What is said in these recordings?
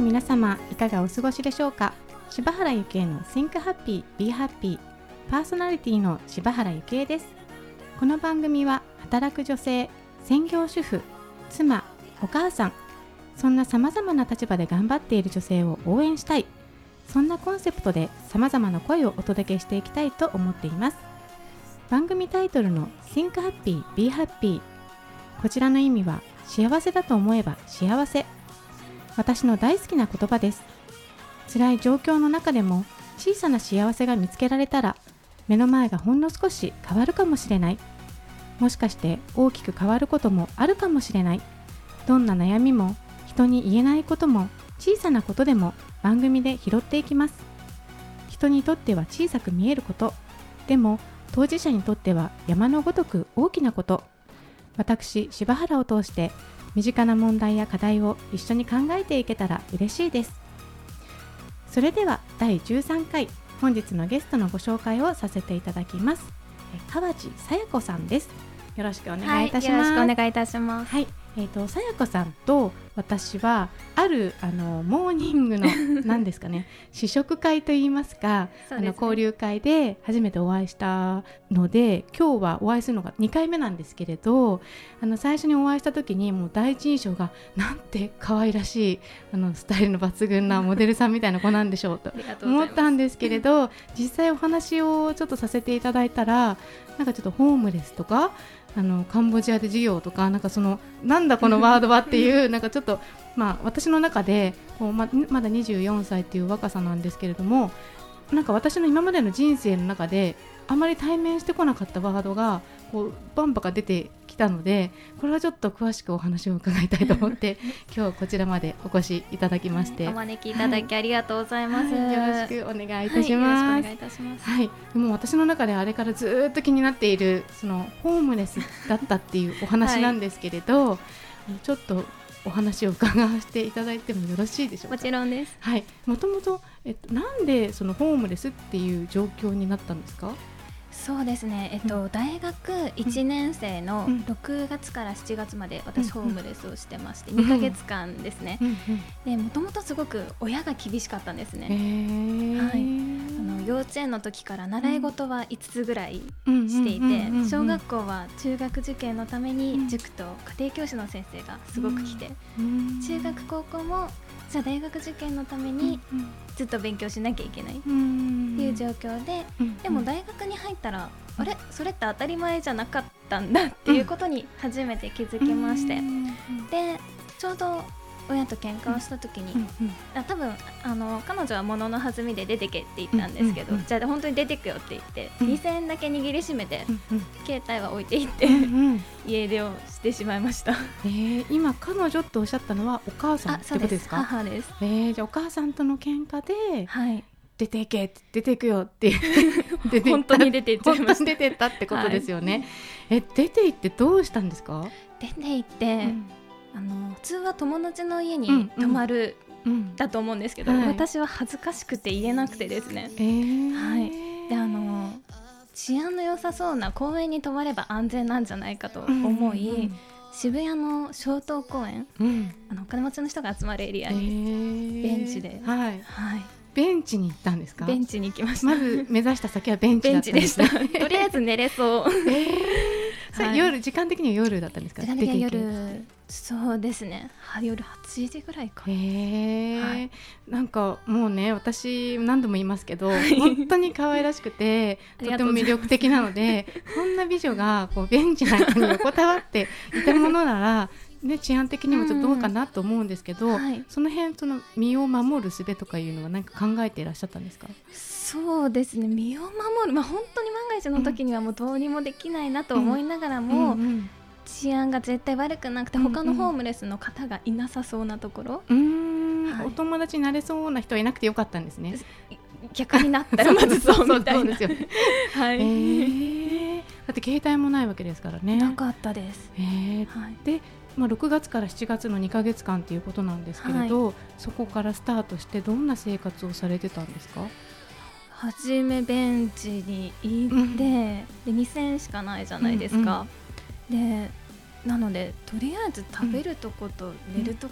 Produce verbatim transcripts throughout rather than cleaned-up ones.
皆様いかがお過ごしでしょうか。柴原ゆえの Think Happy Be Happy パーソナリティの柴原ゆえです。この番組は働く女性、専業主婦、妻、お母さん、そんな様々な立場で頑張っている女性を応援したい、そんなコンセプトで様々な声をお届けしていきたいと思っています。番組タイトルの Think Happy Be Happy、 こちらの意味は幸せだと思えば幸せ。私の大好きな言葉です。辛い状況の中でも小さな幸せが見つけられたら、目の前がほんの少し変わるかもしれない。もしかして大きく変わることもあるかもしれない。どんな悩みも人に言えないことも小さなことでも番組で拾っていきます。人にとっては小さく見えること、でも当事者にとっては山のごとく大きなこと。私、柴原を通して身近な問題や課題を一緒に考えていけたら嬉しいです。それではだいじゅうさんかい、本日のゲストのご紹介をさせていただきます。川地さや子さんです。よろしくお願いいたします。 はい、よろしくお願いいたします。 はい、えーと、さや子さんと私はあるあのモーニングの何ですかね試食会といいますか、す、ね、あの交流会で初めてお会いしたので、今日はお会いするのがにかいめなんですけれど、あの最初にお会いした時にもう第一印象が、なんて可愛らしいあのスタイルの抜群なモデルさんみたいな子なんでしょうと思ったんですけれど、実際お話をちょっとさせていただいたら、なんかちょっとホームレスとかあのカンボジアで授業とか、なんかそのなんだこのワードはっていうなんかちょっと、まあ、私の中でこう ま, まだにじゅうよんさいっていう若さなんですけれども、なんか私の今までの人生の中であまり対面してこなかったワードがこうバンバカ出てきたので、これはちょっと詳しくお話を伺いたいと思って今日こちらまでお越しいただきまして、 お招きいただきありがとうございます、 はいはい、よろしくお願いいたします。 はい、よろしくお願いいたします。 はい、でも私の中であれからずっと気になっているそのホームレスだったっていうお話なんですけれど、はい、ちょっとお話を伺わせていただいてもよろしいでしょうか。 もちろんです。 はい、もともと、えっと、なんでそのホームレスっていう状況になったんですか。 そうですね、えっと、うん、大学いちねん生のろくがつからしちがつまで私ホームレスをしてまして、うん、にかげつかんですね、うんうん、でもともとすごく親が厳しかったんですね、はい、あの幼稚園の時から習い事はいつつぐらいしていて、小学校は中学受験のために塾と家庭教師の先生がすごく来て、うん、中学高校もじゃあ大学受験のためにずっと勉強しなきゃいけないっていう状況で、でも大学に入ったらあれそれって当たり前じゃなかったんだっていうことに初めて気づきまして、でちょうど親と喧嘩をした時に、あ多分あの彼女は物の弾みで出てけって言ったんですけど、じゃあ本当に出てくよって言ってにせんえんだけ握りしめて携帯は置いていって家出をしてしまいました。 えー、今彼女とおっしゃったのはお母さんってことですか。 母です。 えー、じゃあお母さんとの喧嘩で、 はい、 出ていけ出ていくよって出て本当に出ていっちゃいました。 本当に出ていったってことですよね、はい、え出ていってどうしたんですか。 出ていって、うんあの普通は友達の家に泊まる、うんうん、だと思うんですけど、はい、私は恥ずかしくて言えなくてですね、えーはい、であの治安の良さそうな公園に泊まれば安全なんじゃないかと思い、うんうんうん、渋谷の松濤公園、うん、あのお金持ちの人が集まるエリアに、えー、ベンチで、 はいはい、ベンチに行ったんですか。 ベンチに行きました。 まず目指した先はベンチだったんですね。 ベンチでしたとりあえず寝れそう、えーはい、夜時間的には夜だったんですか。 時間的には夜、そうですね、夜はちじぐらいかな。へー、はい、なんかもうね私何度も言いますけど本当に可愛らしくてとても魅力的なのでこんな美女がこうベンチなんかに横たわっていたものならね、治安的にもちょっとどうかなと思うんですけど、うんはい、その辺その身を守る術とかいうのは何か考えていらっしゃったんですか。 そうですね、身を守る、まあ、本当に万が一の時にはもうどうにもできないなと思いながらも、うんうんうん、治安が絶対悪くなくて、うんうん、他のホームレスの方がいなさそうなところ、うーん、はい、お友達になれそうな人はいなくてよかったんですね。 逆になったらまずそうみたいなそうですよね、はい、えー、だって携帯もないわけですからね。 なかったです、 えーはい、でまあ、ろくがつからしちがつのにかげつかんということなんですけれど、はい、そこからスタートしてどんな生活をされてたんですか。 はじめベンチに行って、うん、でにせんえんしかないじゃないですか、うんうん、でなのでとりあえず食べるとこと寝るとこ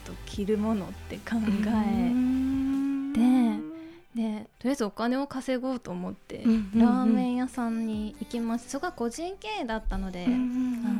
と着るものって考えて、でとりあえずお金を稼ごうと思って、うんうんうん、ラーメン屋さんに行きました。そこが個人経営だったので、うんうんうん、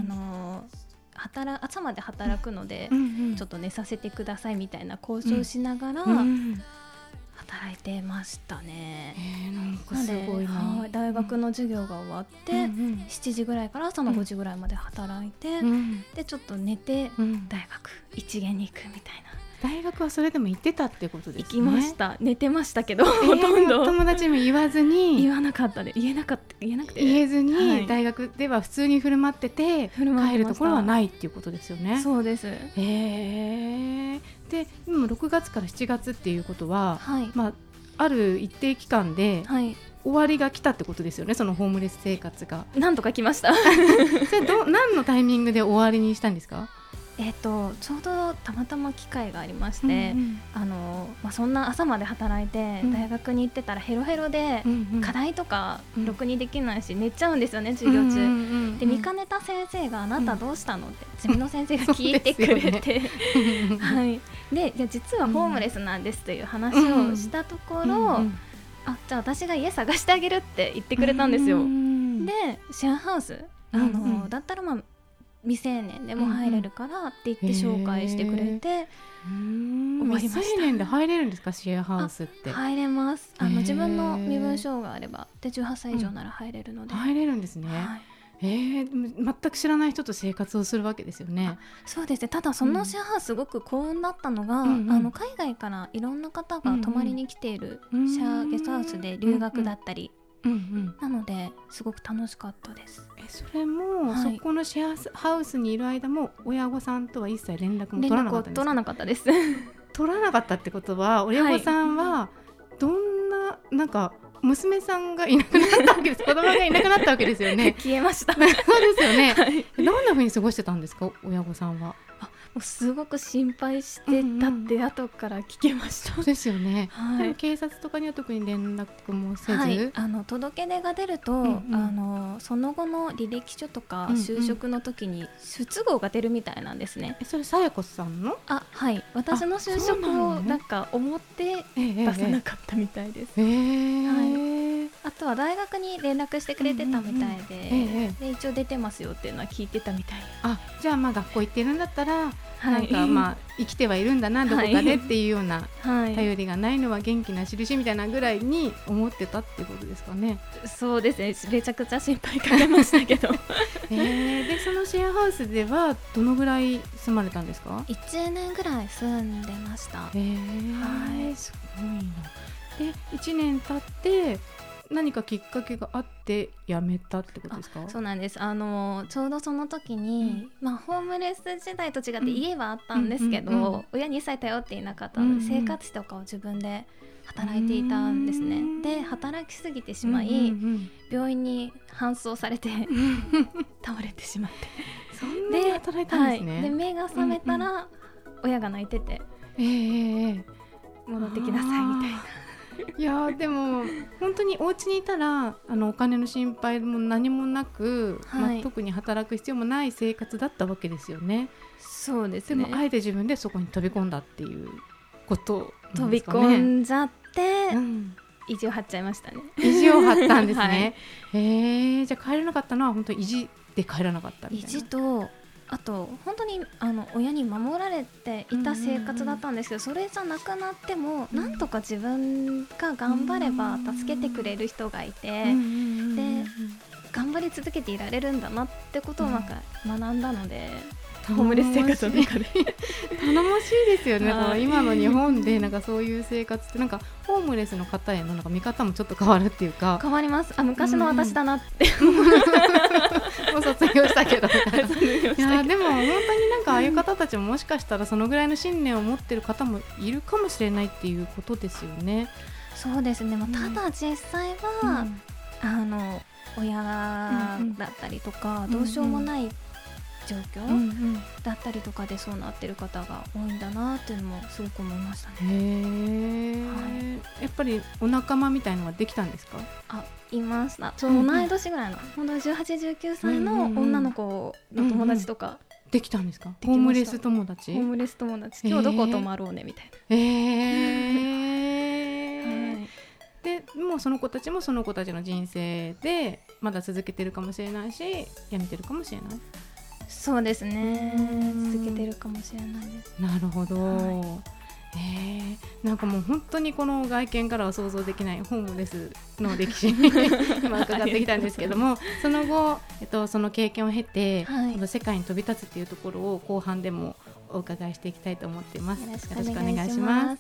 あの働朝まで働くので、うんうん、ちょっと寝させてくださいみたいな交渉しながら、うんうん、働いてましたね。 えー、なんかすごいな。 はい、大学の授業が終わって、うんうん、しちじぐらいから朝のごじぐらいまで働いて、うん、でちょっと寝て、うん、大学一限に行くみたいな。 大学はそれでも行ってたってことですね。 行きました。寝てましたけど、えー、ほとんど友達にも言わずに言わなかったで言えなかった言えなくて言えずに、はい、大学では普通に振る舞ってて帰るところはないっていうことですよね。 そうです。 えー、で今ろくがつからしちがつっていうことは、はい、まあ、ある一定期間で、はい、終わりが来たってことですよね。そのホームレス生活がなんとか来ましたそれど何のタイミングで終わりにしたんですか？ えー、とちょうどたまたま機会がありまして、うんうん、あのまあ、そんな朝まで働いて、うん、大学に行ってたらヘロヘロで、うんうん、課題とかろくにできないし、うん、寝ちゃうんですよね授業中、うんうんうん、で見かねた先生があなたどうしたのって、うん、ゼミの先生が聞いてくれて、ねはい、でいや実はホームレスなんですという話をしたところ、うんうんうん、あじゃあ私が家探してあげるって言ってくれたんですよ、うん、でシェアハウスあの、うんうん、だったらまあ未成年でも入れるからって言って紹介してくれて、 うん、終わりました。未成年で入れるんですか？シェアハウスって入れます。あの自分の身分証があればでじゅうはっさい以上なら入れるので、 うん、入れるんですね、はい。えー、全く知らない人と生活をするわけですよね。 そうですね。ただそのシェアハウスすごく幸運だったのが、うんうん、あの海外からいろんな方が泊まりに来ているシェアゲストハウスで留学だったり、うんうん、なのですごく楽しかったです。 えそれも、はい、そこのシェアハウスにいる間も親御さんとは一切連絡も取らなかったんですか？ 連絡を取らなかったです取らなかったってことは親御さんはどんな、はい、なんか娘さんがいなくなったわけです子供がいなくなったわけですよね消えましたそうですよね、はい、どんな風に過ごしてたんですか親御さんは？ あもうすごく心配してたって後から聞けました、 うんうん、そうですよね、はい、でも警察とかには特に連絡もせず、はい、 あの届け出が出ると、うんうん、あのその後の履歴書とか就職の時に不都合が出るみたいなんですね、うんうん、 えそれさやこさんの？ あはい私の就職をなんか思って出さなかったみたいです、 えーはい、 あとは大学に連絡してくれてたみたいで、うんうんうんえー、で一応出てますよっていうのは聞いてたみたい。 あじゃあまあ学校行ってるんだったらなんかまあ生きてはいるんだなどこかでっていうような頼りがないのは元気な印みたいなぐらいに思ってたってことですかね。 そうですねめちゃくちゃ心配かけましたけど、 えー、でそのシェアハウスではどのぐらい住まれたんですか？ いちねんぐらい住んでました。 えーはい、すごいな。でいちねん経って何かきっかけがあって辞めたってことですか？ そうなんです。あのちょうどその時に、うんまあ、ホームレス時代と違って家はあったんですけど、うんうんうん、親に一切頼っていなかったので、うんうん、生活費とかを自分で働いていたんですね。で働きすぎてしまい、うんうんうん、病院に搬送されて倒れてしまってそんなに働いたんですね、 はい、で目が覚めたら、うんうん、親が泣いてて、 えー、 戻ってきなさいみたいな。 いやでも本当にお家にいたらあのお金の心配も何もなく、はいまあ、特に働く必要もない生活だったわけですよね。 そうですね。 でもあえて自分でそこに飛び込んだっていうことなんですかね。飛び込んじゃって、うん、意地を張っちゃいましたね。 意地を張ったんですね、はい、えー、じゃあ帰れなかったのは本当に意地で帰らなかったみたいな。 意地とあと本当にあの親に守られていた生活だったんですけど、それじゃなくなってもなんとか自分が頑張れば助けてくれる人がいて、で頑張り続けていられるんだなってことをなんか学んだので、ホームレス生活の中で頼もしいですよね。この今の日本でなんかそういう生活ってなんかホームレスの方へのなんか見方もちょっと変わるっていうか。 変わります。あ昔の私だなってもう卒業したけどみたいな。いやでも本当になんかああいう方たちももしかしたらそのぐらいの信念を持ってる方もいるかもしれないっていうことですよね。 そうですね、まあ、ただ実際は、うん、あの親だったりとか、うんうん、どうしようもない状況、うんうん、だったりとかでそうなってる方が多いんだなっていうのもすごく思いましたね。 へー、はい、やっぱりお仲間みたいのができたんですか？ あ、いました。ちょうど同い年ぐらいの、うんうん、本当にじゅうはち、じゅうきゅうさいの女の子の友達とかできたんですか？ホームレス友達？ ホームレス友達、今日どこ泊まろうねみたいな。 えーはい、でもうその子たちもその子たちの人生でまだ続けてるかもしれないし、やめてるかもしれない。 そうですね、続けてるかもしれないです。 なるほど、はい、えー、なんかもう本当にこの外見からは想像できないホームレスの歴史に今伺ってきたんですけどもその後、えっと、その経験を経て、はい、この世界に飛び立つっていうところを後半でもお伺いしていきたいと思っています。よろしくお願いします。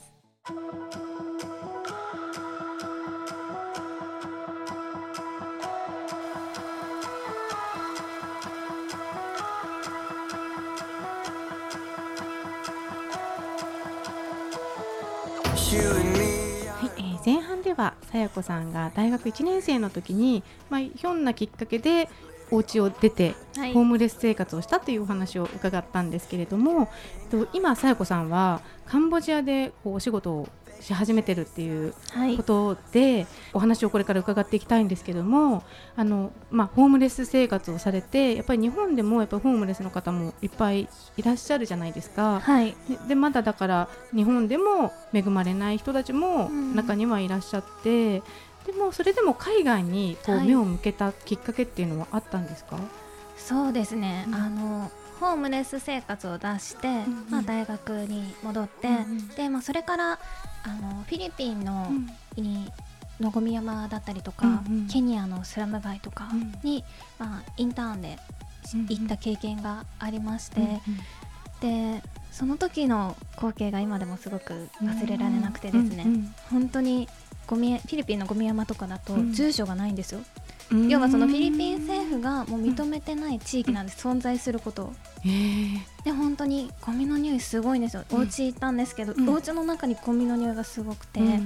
はい、えー、前半ではさやこさんが大学いちねん生の時に、まあ、ひょんなきっかけでお家を出て、はい、ホームレス生活をしたというお話を伺ったんですけれども、えっと、今さやこさんはカンボジアでこうお仕事をし始めてるっていうことで、はい、お話をこれから伺っていきたいんですけども、あの、まあ、ホームレス生活をされて、やっぱり日本でもやっぱりホームレスの方もいっぱいいらっしゃるじゃないですか、はい、で, でまだだから日本でも恵まれない人たちも中にはいらっしゃって、うん、でもそれでも海外にこう目を向けたきっかけっていうのはあったんですか？はい、 そうですね、うん、あのホームレス生活を出して、うんうん、まあ、大学に戻って、うんうん、でまあ、それからあのフィリピンの、うん、にのごみ山だったりとか、うんうん、ケニアのスラム街とかに、うん、まあ、インターンで行った経験がありまして、うんうん、でその時の光景が今でもすごく忘れられなくてですね、うんうん、本当にゴミフィリピンのゴミ山とかだと住所がないんですよ、うん、要はそのフィリピン政府がもう認めてない地域なんです、存在することを。で本当にゴミの匂いすごいんですよ。お家行ったんですけど、うん、お家の中にゴミの匂いがすごくて、うんうんうん、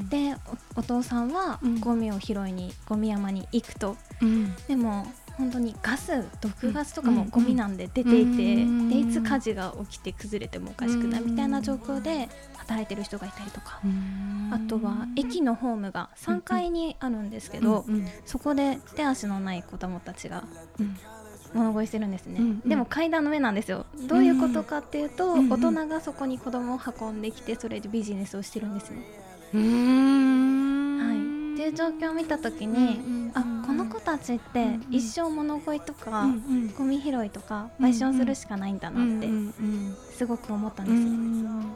で お, お父さんはゴミを拾いにゴミ山に行くと、うん、でも本当にガス毒ガスとかもゴミなんで出ていて、うん、でいつ火事が起きて崩れてもおかしくないみたいな状況で働いてる人がいたりとか、うん、あとは駅のホームがさんがいにあるんですけど、うんうん、そこで手足のない子どもたちが、うん、物乞いしてるんですね、うんうん、でも階段の上なんですよ。どういうことかっていうと、うん、大人がそこに子供を運んできてそれでビジネスをしてるんですね。うーん、はい、っていう状況を見た時に、うんうん、あ、この子たちって一生物乞いとか、うんうん、ゴミ拾いとか賠償するしかないんだなってすごく思ったんですね、うんうん、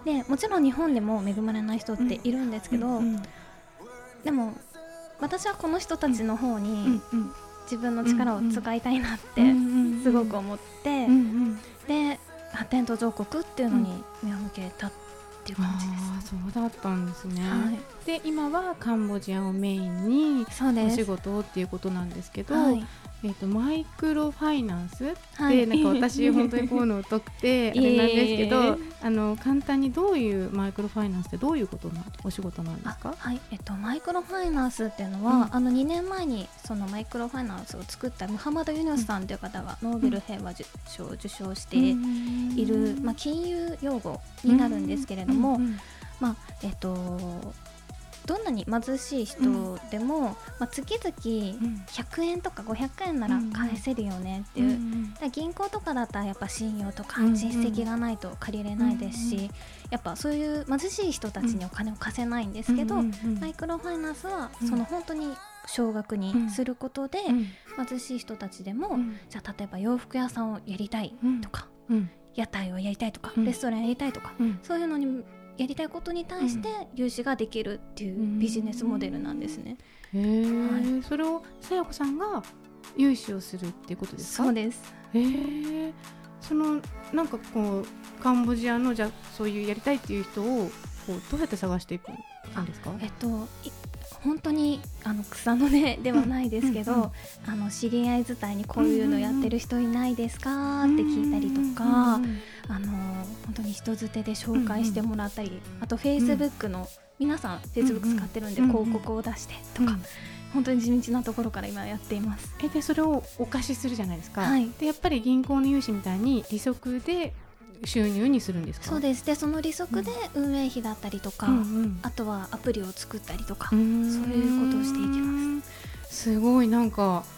でもちろん日本でも恵まれない人っているんですけど、うんうん、でも私はこの人たちの方に、うんうん、自分の力を使いたいなってすごく思って、うんうん、で発展途上国っていうのに目を向けたっていう感じです。 あ、そうだったんですね、はい、で今はカンボジアをメインにお仕事をっていうことなんですけど、はい、えーと、マイクロファイナンスって、はい、なんか私本当にこういうの疎くてあれなんですけどあの簡単にどういうマイクロファイナンスってどういうことなお仕事なんですか？ はい、えっと、マイクロファイナンスっていうのは、うん、あのにねんまえにそのマイクロファイナンスを作ったムハマド・ユヌスさんという方がノーベル平和賞を受賞している、うん、まあ、金融用語になるんですけれども、うんうん、まあえっとどんなに貧しい人でも、うん、まあ、月々ひゃくえんとかごひゃくえんなら返せるよねっていう、うんうん、だ銀行とかだったらやっぱ信用とか実績がないと借りれないですし、うんうん、やっぱそういう貧しい人たちにお金を貸せないんですけど、うんうんうん、マイクロファイナンスはその本当に少額にすることで、うん、貧しい人たちでも、うん、じゃあ例えば洋服屋さんをやりたいとか、うん、屋台をやりたいとか、うん、レストランやりたいとか、うん、そういうのにやりたいことに対して融資ができるっていうビジネスモデルなんですね、 うん、へー、はい、それをさやこさんが融資をするっていうことですか？ そうです。 へー、そのなんかこうカンボジアのじゃそういうやりたいっていう人をこうどうやって探していくんですか？ えっと本当にあの草の根ではないですけど、うんうんうん、あの知り合い伝いにこういうのやってる人いないですかって聞いたりとか、うんうんうん、あの本当に人づてで紹介してもらったり、うんうん、あと Facebook の、うん、皆さん Facebook 使ってるんで広告を出してとか、うんうん、本当に地道なところから今やっています。 えでそれをお貸しするじゃないですか、 はい、 でやっぱり銀行の融資みたいに利息で収入にするんですか？ そうです。でその利息で運営費だったりとか、うんうん、あとはアプリを作ったりとか、そういうことをしていきます。 すごいなんか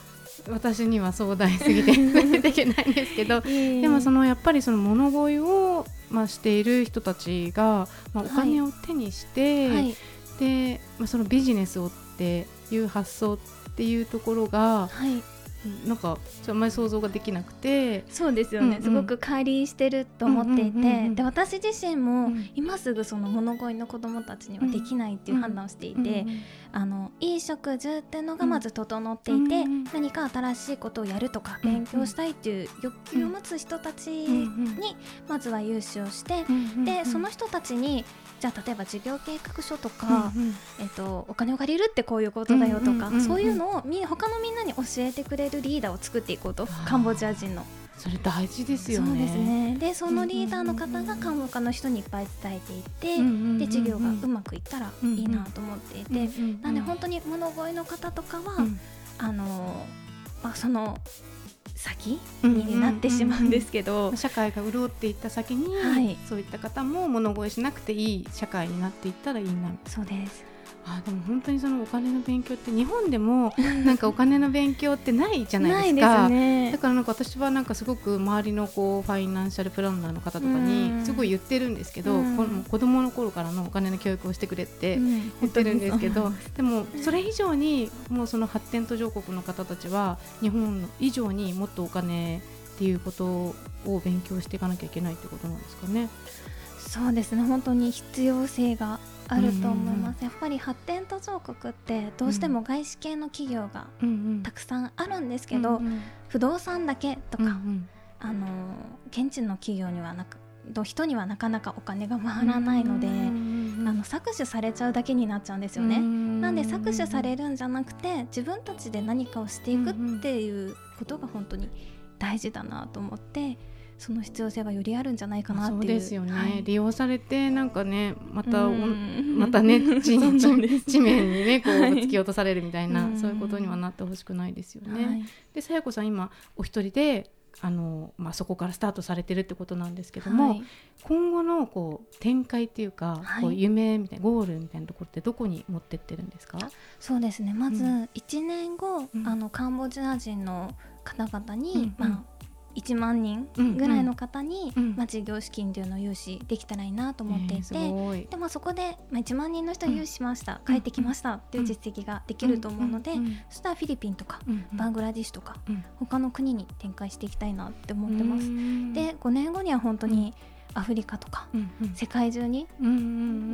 私には壮大すぎて出ていけないんですけどでもそのやっぱりその物乞いを、まあ、している人たちが、まあ、お金を手にして、はい、で、まあ、そのビジネスをっていう発想っていうところが、はい、なんかあんまり想像ができなくて。 そうですよね、うんうん、すごく乖離してると思っていて、うんうんうんうん、で私自身も今すぐその物乞いの子どもたちにはできないっていう判断をしていて、うんうんうん、あのいい食事っていうのがまず整っていて、うんうんうん、何か新しいことをやるとか勉強したいっていう欲求を持つ人たちにまずは融資をして、うんうんうん、でその人たちにじゃあ例えば事業計画書とか、うんうんえっと、お金を借りるってこういうことだよとか、うんうんうんうん、そういうのをみ他のみんなに教えてくれるリーダーを作っていこうと、カンボジア人の。 それ大事ですよね。 そうですね。でそのリーダーの方がカンボカの人にいっぱい伝えていって、うんうんうんうん、で授業がうまくいったらいいなと思っていて、うんうんうん、なんで本当に物乞いの方とかは、うん、あのまあ、その先になってしまうんですけど、うんうんうん、 社会が潤っていった先に、はい、そういった方も物乞いしなくていい社会になっていったらいいな。 そうです。 あでも本当にそのお金の勉強って日本でもなんかお金の勉強ってないじゃないですか。ないですね。だからなんか私はなんかすごく周りのこうファイナンシャルプランナーの方とかにすごい言ってるんですけど、この子供の頃からのお金の教育をしてくれって言ってるんですけど、うん、でもそれ以上にもうその発展途上国の方たちは日本以上にもっとお金っていうことを勉強していかなきゃいけないってことなんですかね。 そうですね、本当に必要性があると思います、うんうんうん、やっぱり発展途上国ってどうしても外資系の企業がたくさんあるんですけど、うんうん、不動産だけとか、うんうん、あの現地の企業にはなく人にはなかなかお金が回らないので、うんうん、あの搾取されちゃうだけになっちゃうんですよね、うんうん、なんで搾取されるんじゃなくて自分たちで何かをしていくっていうことが本当に大事だなと思って、その必要性はよりあるんじゃないかなっていう。 そうですよね、はい、利用されてなんかねまたまたね地面にねこう突き落とされるみたいな、はい、そういうことにはなってほしくないですよね、はい、でさやこさん今お一人であの、まあ、そこからスタートされてるってことなんですけども、はい、今後のこう展開っていうか、はい、こう夢みたいなゴールみたいなところってどこに持ってってるんですか？ そうですね、まずいちねんご、うん、あのカンボジア人の方々に、うんまあいちまんにんぐらいの方に、うんうんまあ、事業資金というのを融資できたらいいなと思っていて、えー、でまあ、そこで、まあ、いちまんにんの人融資しました、うん、帰ってきましたっていう実績ができると思うので、うんうんうん、そしたらフィリピンとか、うん、バングラディッシュとか、うん、他の国に展開していきたいなって思ってます、うん、でごねんごには本当にアフリカとか、うんうん、世界中に、うんうんうん、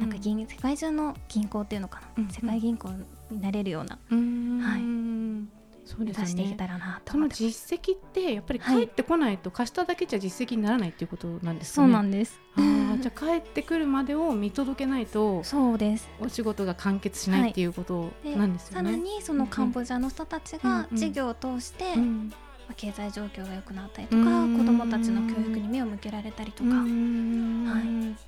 なんか銀世界中の銀行っていうのかな、うんうん、世界銀行になれるような、うん、はいそうですね、 出していけたらなと思ってます。その実績ってやっぱり帰ってこないと、はい、貸しただけじゃ実績にならないっていうことなんですかね。 そうなんです。 あじゃあ帰ってくるまでを見届けないとそうですお仕事が完結しないっていうことなんですよね、 はい、でさらにそのカンボジアの人たちが事業を通して、うんうんまあ、経済状況が良くなったりとか子どもたちの教育に目を向けられたりとか、はい、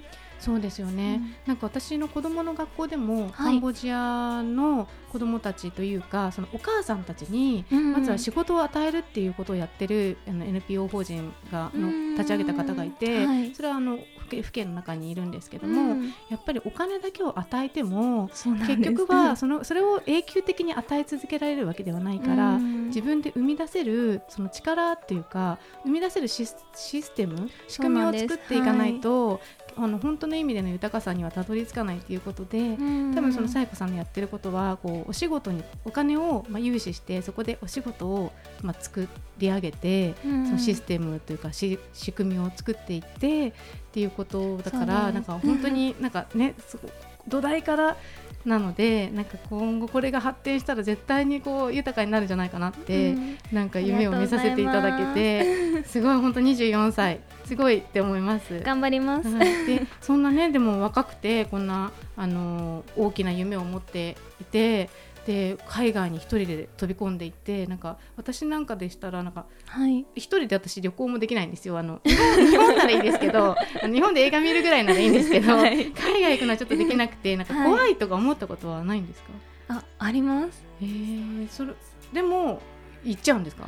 そうですよね、うん、なんか私の子どもの学校でも、はい、カンボジアの子どもたちというかそのお母さんたちにまずは仕事を与えるっていうことをやってるあの エヌピーオー 法人がの立ち上げた方がいて、はい、それはあの府県の中にいるんですけども、やっぱりお金だけを与えても結局はそのそれを永久的に与え続けられるわけではないから自分で生み出せるその力っていうか生み出せるシス、システム仕組みを作っていかないとあの本当の意味での豊かさにはたどり着かないということで、多分そのさやこさんのやってることはこうお仕事にお金をまあ融資してそこでお仕事をまあ作り上げて、そのシステムというかし仕組みを作っていってっていうことだからなんか本当になんかね土台からなのでなんか今後これが発展したら絶対にこう豊かになるんじゃないかなって、うん、なんか夢を見させていただけてすごい本当にじゅうよんさいすごいって思います。 頑張ります、 はい、でそんなねでも若くてこんなあの大きな夢を持っていてで海外に一人で飛び込んでいってなんか私なんかでしたらなんか、はい、一人で私旅行もできないんですよ。あの日本、日本ならいいですけど日本で映画見るぐらいならいいんですけど、はい、海外行くのはちょっとできなくてなんか怖いとか思ったことはないんですか？ はい、あ、あります。 えー、それでも行っちゃうんですか？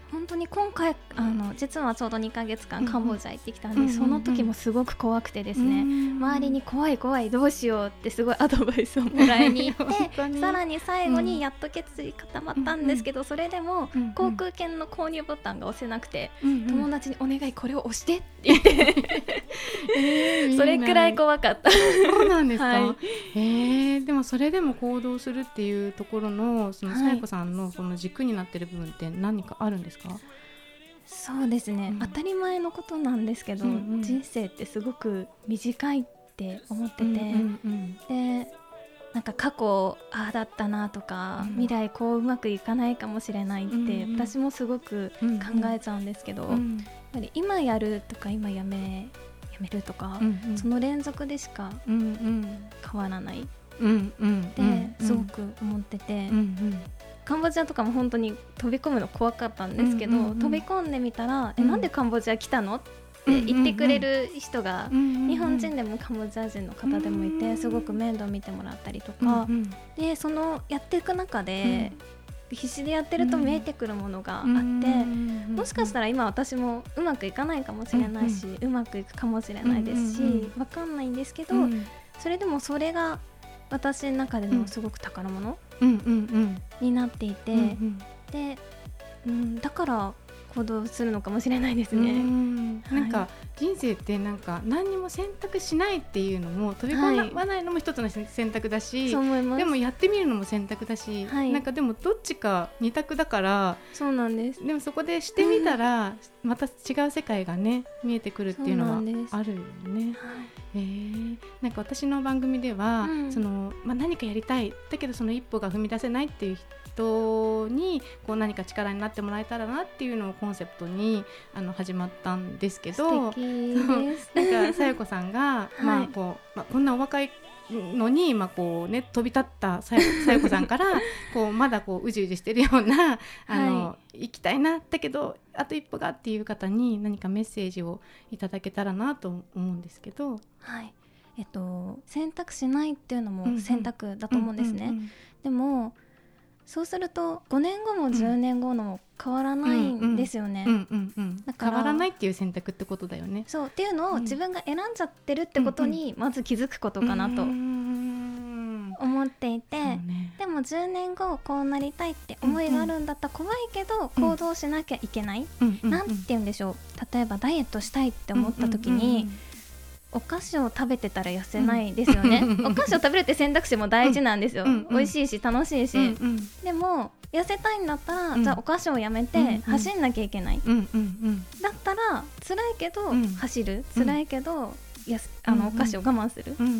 本当に今回あの実はちょうどにかげつかんカンボジア行ってきたんで、うんうん、その時もすごく怖くてですね、うんうん、周りに怖い怖いどうしようってすごいアドバイスをもらいに行ってさらに最後にやっと決意固まったんですけど、うん、それでも航空券の購入ボタンが押せなくて、うんうん、友達にお願いこれを押してって言ってえー、それくらい怖かったそうなんですか、 はいえー、でもそれでも行動するっていうところのそのさやこさんのこの軸になってる部分って何かあるんですか？ そうですね、うん、当たり前のことなんですけど、うんうん、人生ってすごく短いって思ってて、うんうんうん、でなんか過去ああだったなとか、うん、未来こううまくいかないかもしれないって、うんうん、私もすごく考えちゃうんですけど、うんうん、やっぱり今やるとか今やめやめるとか、うんうん、その連続でしか変わらない、うんうん、ってすごく思ってて、うんうん、カンボジアとかも本当に飛び込むの怖かったんですけど、うんうんうん、飛び込んでみたら、うん、えなんでカンボジア来たのって言ってくれる人が、うんうんうん、日本人でもカンボジア人の方でもいて、うんうん、すごく面倒見てもらったりとか、うんうん、でそのやっていく中で、うん、必死でやってると見えてくるものがあって、うん、もしかしたら今私もうまくいかないかもしれないし、うんうん、うまくいくかもしれないですし、うんうんうん、分かんないんですけど、うん、それでもそれが私の中でのすごく宝物になっていて、うんうんうん、で、うん、だから行動するのかもしれないですね。うん、 なんか人生ってなんか何にも選択しないっていうのも飛び込まないのも一つの選択だし、はい、でもやってみるのも選択だし、はい、なんかでもどっちか二択だから、 そうなんです。 でもそこでしてみたら、うん、また違う世界がね見えてくるっていうのはあるよね。えー、なんか私の番組では、うん、そのまあ、何かやりたいだけどその一歩が踏み出せないっていう人にこう何か力になってもらえたらなっていうのをコンセプトにあの始まったんですけど、 素敵です。 なんかさやこさんが、はい、まあこうまあ、こんなお若いのに、まあこうね、飛び立ったさやこさんからこうまだこううじうじしてるようなあの、はい、行きたいなだけどあと一歩がっていう方に何かメッセージをいただけたらなと思うんですけど、 はい、えっと、選択しないっていうのも選択だと思うんですね、うんうんうんうん、でもそうするとごねんごもじゅうねんごも変わらないんですよね、 うんうんうん、だから変わらないっていう選択ってことだよね。 そうっていうのを自分が選んじゃってるってことにまず気づくことかなと思っていて、ね、でもじゅうねんごこうなりたいって思いがあるんだったら怖いけど行動しなきゃいけない、うんうん、なんて言うんでしょう、例えばダイエットしたいって思った時に、うんうんうん、お菓子を食べてたら痩せないですよね、うん、お菓子を食べるって選択肢も大事なんですよ、うんうん、美味しいし楽しいし、うんうん、でも痩せたいんだったら、うん、じゃあお菓子をやめて走んなきゃいけない、うんうんうん、だったら辛いけど走る、うん、辛いけどやすあの、うんうん、お菓子を我慢する、うんうんうん、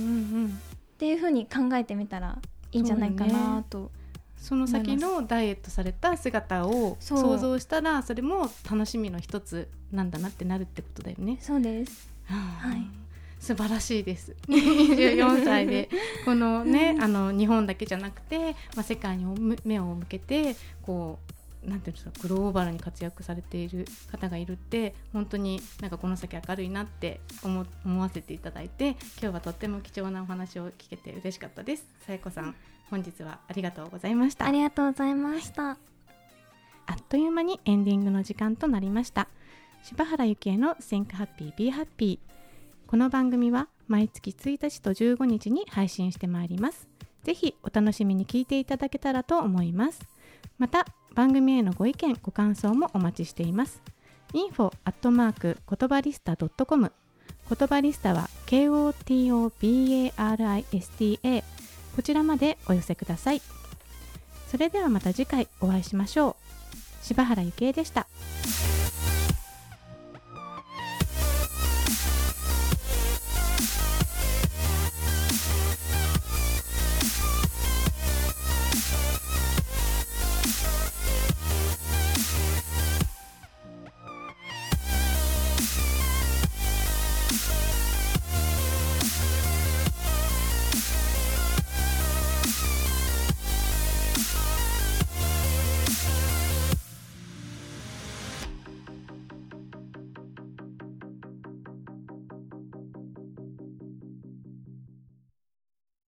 っていう風に考えてみたらいいんじゃないかなと。 その先のダイエットされた姿を想像したら そ, それも楽しみの一つなんだなってなるってことだよね。 そうです、はい、 素晴らしいです。にじゅうよんさいでこのね、あの日本だけじゃなくて、まあ、世界に目を向けてこうなんていうんですか、グローバルに活躍されている方がいるって本当になんかこの先明るいなって 思, 思わせていただいて、今日はとっても貴重なお話を聞けて嬉しかったです。さやこさん、本日はありがとうございました。 ありがとうございました、はい、 あっという間にエンディングの時間となりました。柴原幸恵の Think Happy Be Happy、この番組は毎月ついたちとじゅうごにちに配信してまいります。ぜひお楽しみに聞いていただけたらと思います。また番組へのご意見ご感想もお待ちしています。インフォ アットマーク 言葉リスタ ドットコム、 言葉リスタは ケーオーティーオービーエーアールアイエスティーエー、 こちらまでお寄せください。それではまた次回お会いしましょう。柴原幸恵でした。